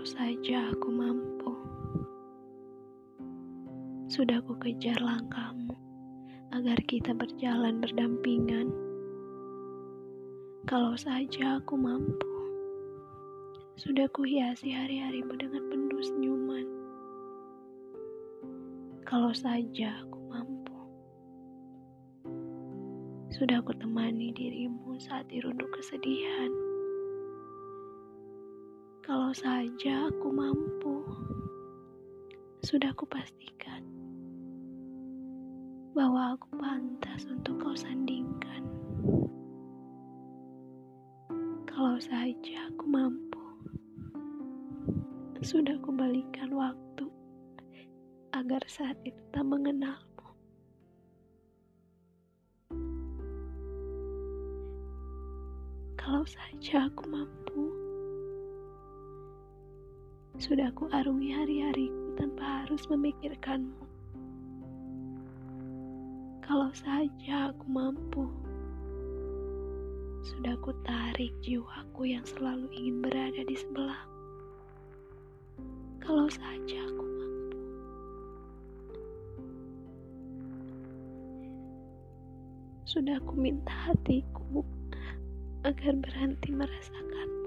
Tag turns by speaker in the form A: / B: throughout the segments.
A: saja aku mampu, sudah ku kejar langkahmu agar kita berjalan berdampingan. Kalau saja aku mampu, sudah ku hiasi hari-harimu dengan penuh senyuman. Kalau saja aku mampu, sudah ku temani dirimu saat dirundung kesedihan. Kalau saja aku mampu, sudah ku pastikan bahwa aku pantas untuk kau sandingkan. Kalau saja aku mampu, sudah ku balikan waktu agar saat itu tak mengenalmu. Kalau saja aku mampu, sudah ku arungi hari-hariku tanpa harus memikirkanmu. Kalau saja aku mampu, sudah ku tarik jiwaku yang selalu ingin berada di sebelahmu. Kalau saja aku mampu, sudah ku minta hatiku agar berhenti merasakanmu.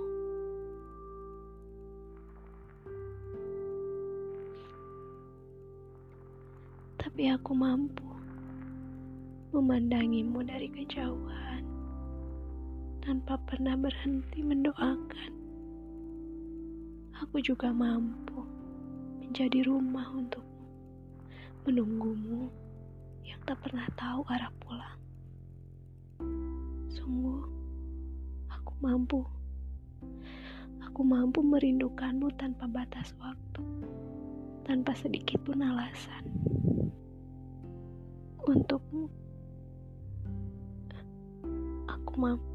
A: Tapi aku mampu memandangimu dari kejauhan tanpa pernah berhenti mendoakan. Aku juga mampu menjadi rumah untukmu, menunggumu yang tak pernah tahu arah pulang. Sungguh, aku mampu merindukanmu tanpa batas waktu, tanpa sedikit pun alasan. Untukmu, aku mampu